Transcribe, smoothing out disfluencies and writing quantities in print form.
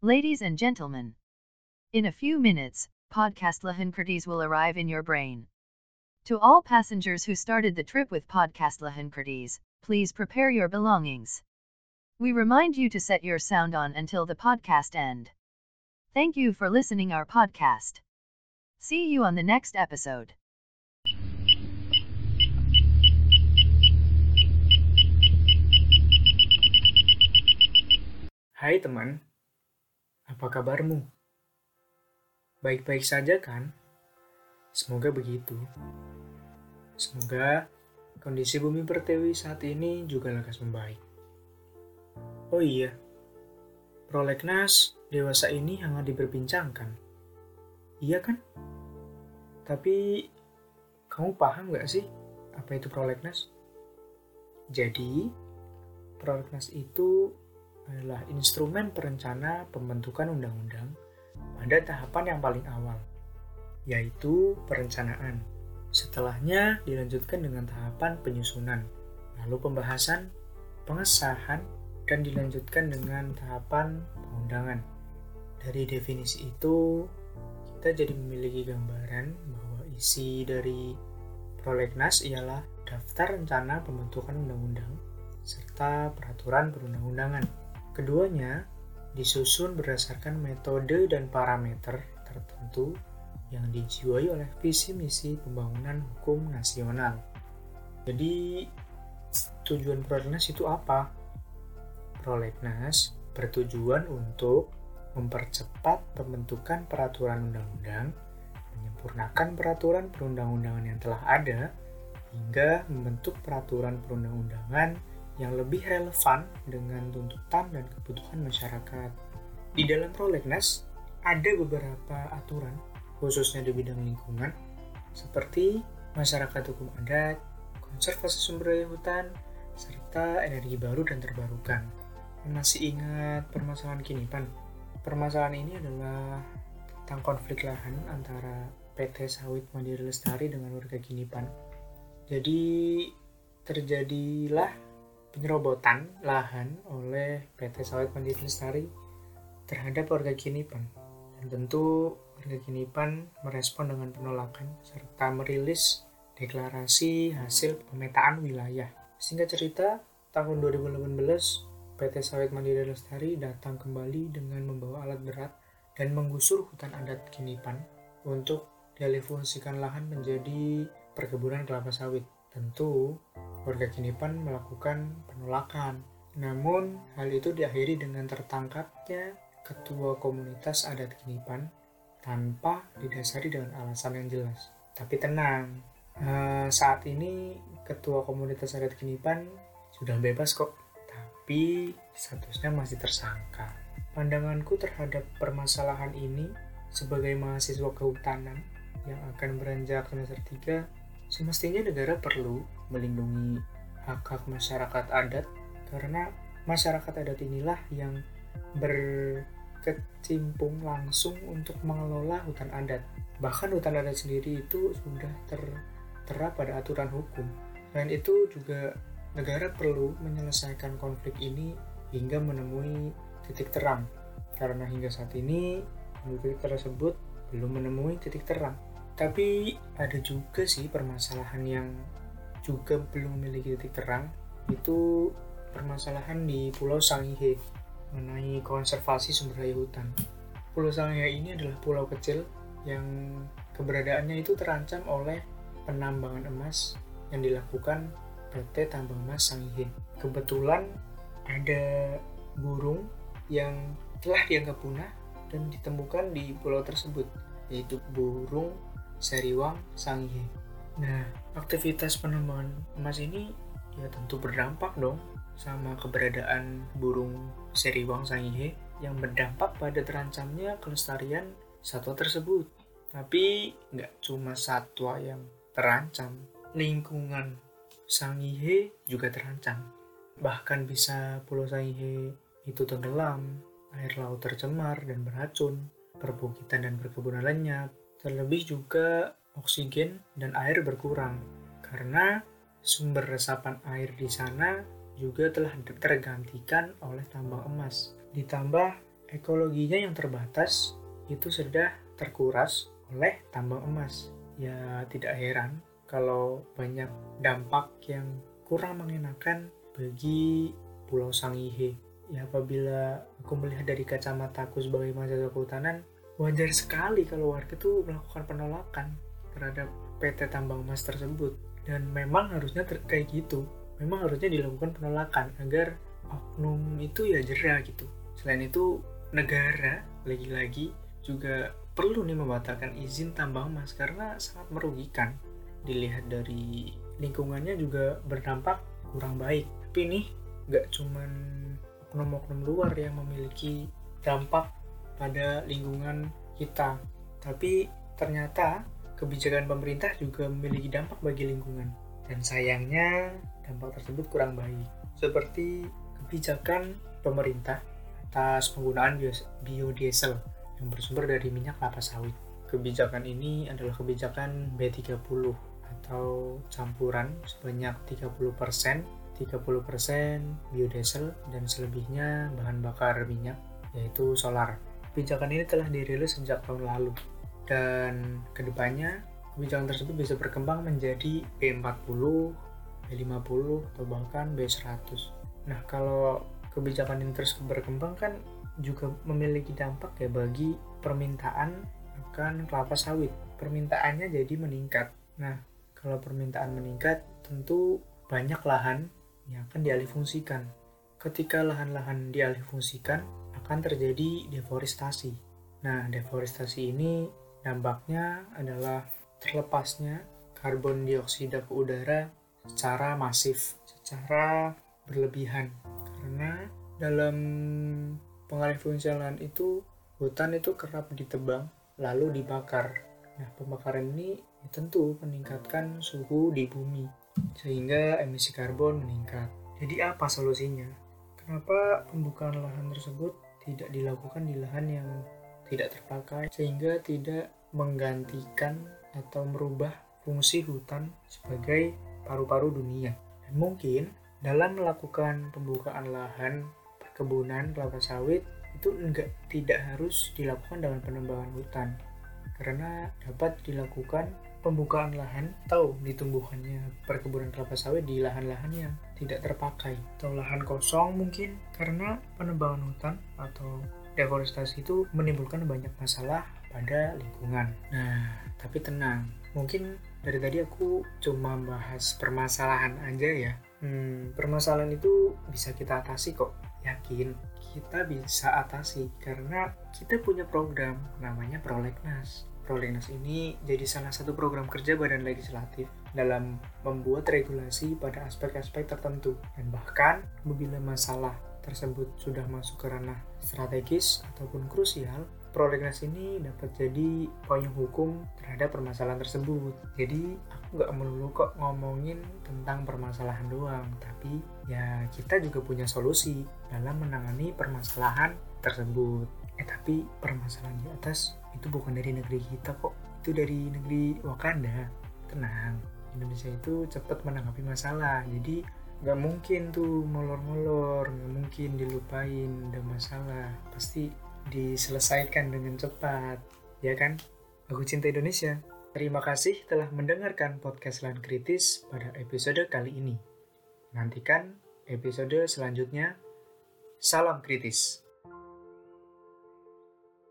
Ladies and gentlemen, in a few minutes, podcast Lahan Kurtis will arrive in your brain. To all passengers who started the trip with podcast Lahan Kurtis, please prepare your belongings. We remind you to set your sound on until the podcast end. Thank you for listening our podcast. See you on the next episode. Hai teman, apa kabarmu? Baik-baik saja kan? Semoga begitu. Semoga kondisi bumi pertiwi saat ini juga lekas membaik. Oh iya, prolegnas dewasa ini hangat diperbincangkan. Iya kan? Tapi, kamu paham gak sih apa itu prolegnas? Jadi, prolegnas itu adalah instrumen perencana pembentukan undang-undang pada tahapan yang paling awal, yaitu perencanaan. Setelahnya dilanjutkan dengan tahapan penyusunan, lalu pembahasan, pengesahan, dan dilanjutkan dengan tahapan pengundangan. Dari definisi itu, kita jadi memiliki gambaran bahwa isi dari prolegnas ialah daftar rencana pembentukan undang-undang serta peraturan perundang-undangan. Keduanya disusun berdasarkan metode dan parameter tertentu yang dijiwai oleh visi misi pembangunan hukum nasional. Jadi, tujuan prolegnas itu apa? Prolegnas bertujuan untuk mempercepat pembentukan peraturan undang-undang, menyempurnakan peraturan perundang-undangan yang telah ada, hingga membentuk peraturan perundang-undangan yang lebih relevan dengan tuntutan dan kebutuhan masyarakat. Di dalam prolegnas ada beberapa aturan, khususnya di bidang lingkungan, seperti masyarakat hukum adat, konservasi sumber daya hutan, serta energi baru dan terbarukan. Masih ingat permasalahan Kinipan? Permasalahan ini adalah tentang konflik lahan antara PT Sawit Mandiri Lestari dengan warga Kinipan. Jadi terjadilah penyerobotan lahan oleh PT Sawit Mandiri Lestari terhadap warga Kinipan. Dan tentu warga Kinipan merespon dengan penolakan serta merilis deklarasi hasil pemetaan wilayah. Singkat cerita, tahun 2018 PT Sawit Mandiri Lestari datang kembali dengan membawa alat berat dan menggusur hutan adat Kinipan untuk dialihfungsikan lahan menjadi perkebunan kelapa sawit. Tentu, warga Kinipan melakukan penolakan. Namun, hal itu diakhiri dengan tertangkapnya ketua komunitas adat Kinipan tanpa didasari dengan alasan yang jelas. Tapi tenang, saat ini ketua komunitas adat Kinipan sudah bebas kok, tapi statusnya masih tersangka. Pandanganku terhadap permasalahan ini sebagai mahasiswa kehutanan yang akan beranjak semester 3, semestinya negara perlu melindungi hak-hak masyarakat adat karena masyarakat adat inilah yang berkecimpung langsung untuk mengelola hutan adat. Bahkan hutan adat sendiri itu sudah tertera pada aturan hukum. Selain itu juga negara perlu menyelesaikan konflik ini hingga menemui titik terang. Karena hingga saat ini konflik tersebut belum menemui titik terang. Tapi ada juga sih permasalahan yang juga belum memiliki titik terang, itu permasalahan di Pulau Sangihe mengenai konservasi sumber daya hutan. Pulau Sangihe ini adalah pulau kecil yang keberadaannya itu terancam oleh penambangan emas yang dilakukan PT Tambang Emas Sangihe. Kebetulan ada burung yang telah dianggap punah dan ditemukan di pulau tersebut, yaitu burung Seriwang Sangihe. Nah, aktivitas penambangan emas ini ya tentu berdampak dong sama keberadaan burung Seriwang Sangihe yang berdampak pada terancamnya kelestarian satwa tersebut. Tapi nggak cuma satwa yang terancam, lingkungan Sangihe juga terancam. Bahkan bisa Pulau Sangihe itu tenggelam, air laut tercemar dan beracun, perbukitan dan perkebunan lenyap. Terlebih juga oksigen dan air berkurang karena sumber resapan air di sana juga telah tergantikan oleh tambang emas. Ditambah ekologinya yang terbatas itu sudah terkuras oleh tambang emas. Ya tidak heran kalau banyak dampak yang kurang mengenakan bagi Pulau Sangihe. Ya apabila aku melihat dari kacamata aku sebagai mahasiswa kehutanan, wajar sekali kalau warga tuh melakukan penolakan terhadap PT tambang emas tersebut. Dan memang harusnya kayak gitu. Memang harusnya dilakukan penolakan agar oknum itu ya jera gitu. Selain itu, negara lagi-lagi juga perlu nih membatalkan izin tambang emas karena sangat merugikan. Dilihat dari lingkungannya juga berdampak kurang baik. Tapi ini nggak cuman oknum-oknum luar yang memiliki dampak pada lingkungan kita, tapi ternyata kebijakan pemerintah juga memiliki dampak bagi lingkungan. Dan sayangnya dampak tersebut kurang baik. Seperti kebijakan pemerintah atas penggunaan biodiesel yang bersumber dari minyak kelapa sawit. Kebijakan ini adalah kebijakan B30 atau campuran sebanyak 30% biodiesel dan selebihnya bahan bakar minyak yaitu solar. Kebijakan ini telah dirilis sejak tahun lalu dan kedepannya kebijakan tersebut bisa berkembang menjadi B40, B50 atau bahkan B100. Nah, kalau kebijakan ini terus berkembang kan juga memiliki dampak ya bagi permintaan akan kelapa sawit. Permintaannya jadi meningkat. Nah, kalau permintaan meningkat tentu banyak lahan yang akan dialihfungsikan. Ketika lahan-lahan dialihfungsikan akan terjadi deforestasi. Nah, deforestasi ini dampaknya adalah terlepasnya karbon dioksida ke udara secara masif, secara berlebihan. Karena dalam pengalihfungsian lahan itu, hutan itu kerap ditebang lalu dibakar. Nah, pembakaran ini tentu meningkatkan suhu di bumi sehingga emisi karbon meningkat. Jadi apa solusinya? Kenapa pembukaan lahan tersebut tidak dilakukan di lahan yang tidak terpakai sehingga tidak menggantikan atau merubah fungsi hutan sebagai paru-paru dunia? Dan mungkin dalam melakukan pembukaan lahan perkebunan kelapa sawit itu tidak harus dilakukan dengan penebangan hutan, karena dapat dilakukan pembukaan lahan atau ditumbuhannya perkebunan kelapa sawit di lahan-lahan yang tidak terpakai atau lahan kosong mungkin, karena penebangan hutan atau deforestasi itu menimbulkan banyak masalah pada lingkungan. Nah, tapi tenang, mungkin dari tadi aku cuma bahas permasalahan aja ya. Permasalahan itu bisa kita atasi kok. Yakin kita bisa atasi karena kita punya program namanya Prolegnas. Prolegnas ini jadi salah satu program kerja Badan Legislatif dalam membuat regulasi pada aspek-aspek tertentu. Dan bahkan apabila masalah tersebut sudah masuk ke ranah strategis ataupun krusial, Prolegnas ini dapat jadi payung hukum terhadap permasalahan tersebut. Jadi aku gak melulu kok ngomongin tentang permasalahan doang, tapi ya kita juga punya solusi dalam menangani permasalahan tersebut. Tapi permasalahan di atas itu bukan dari negeri kita kok, itu dari negeri Wakanda. Tenang, Indonesia itu cepat menanggapi masalah, jadi gak mungkin tuh molor-molor, gak mungkin dilupain, ada masalah pasti diselesaikan dengan cepat, ya kan? Aku cinta Indonesia. Terima kasih telah mendengarkan podcast Lahan Kritis pada episode kali ini. Nantikan episode selanjutnya. Salam kritis.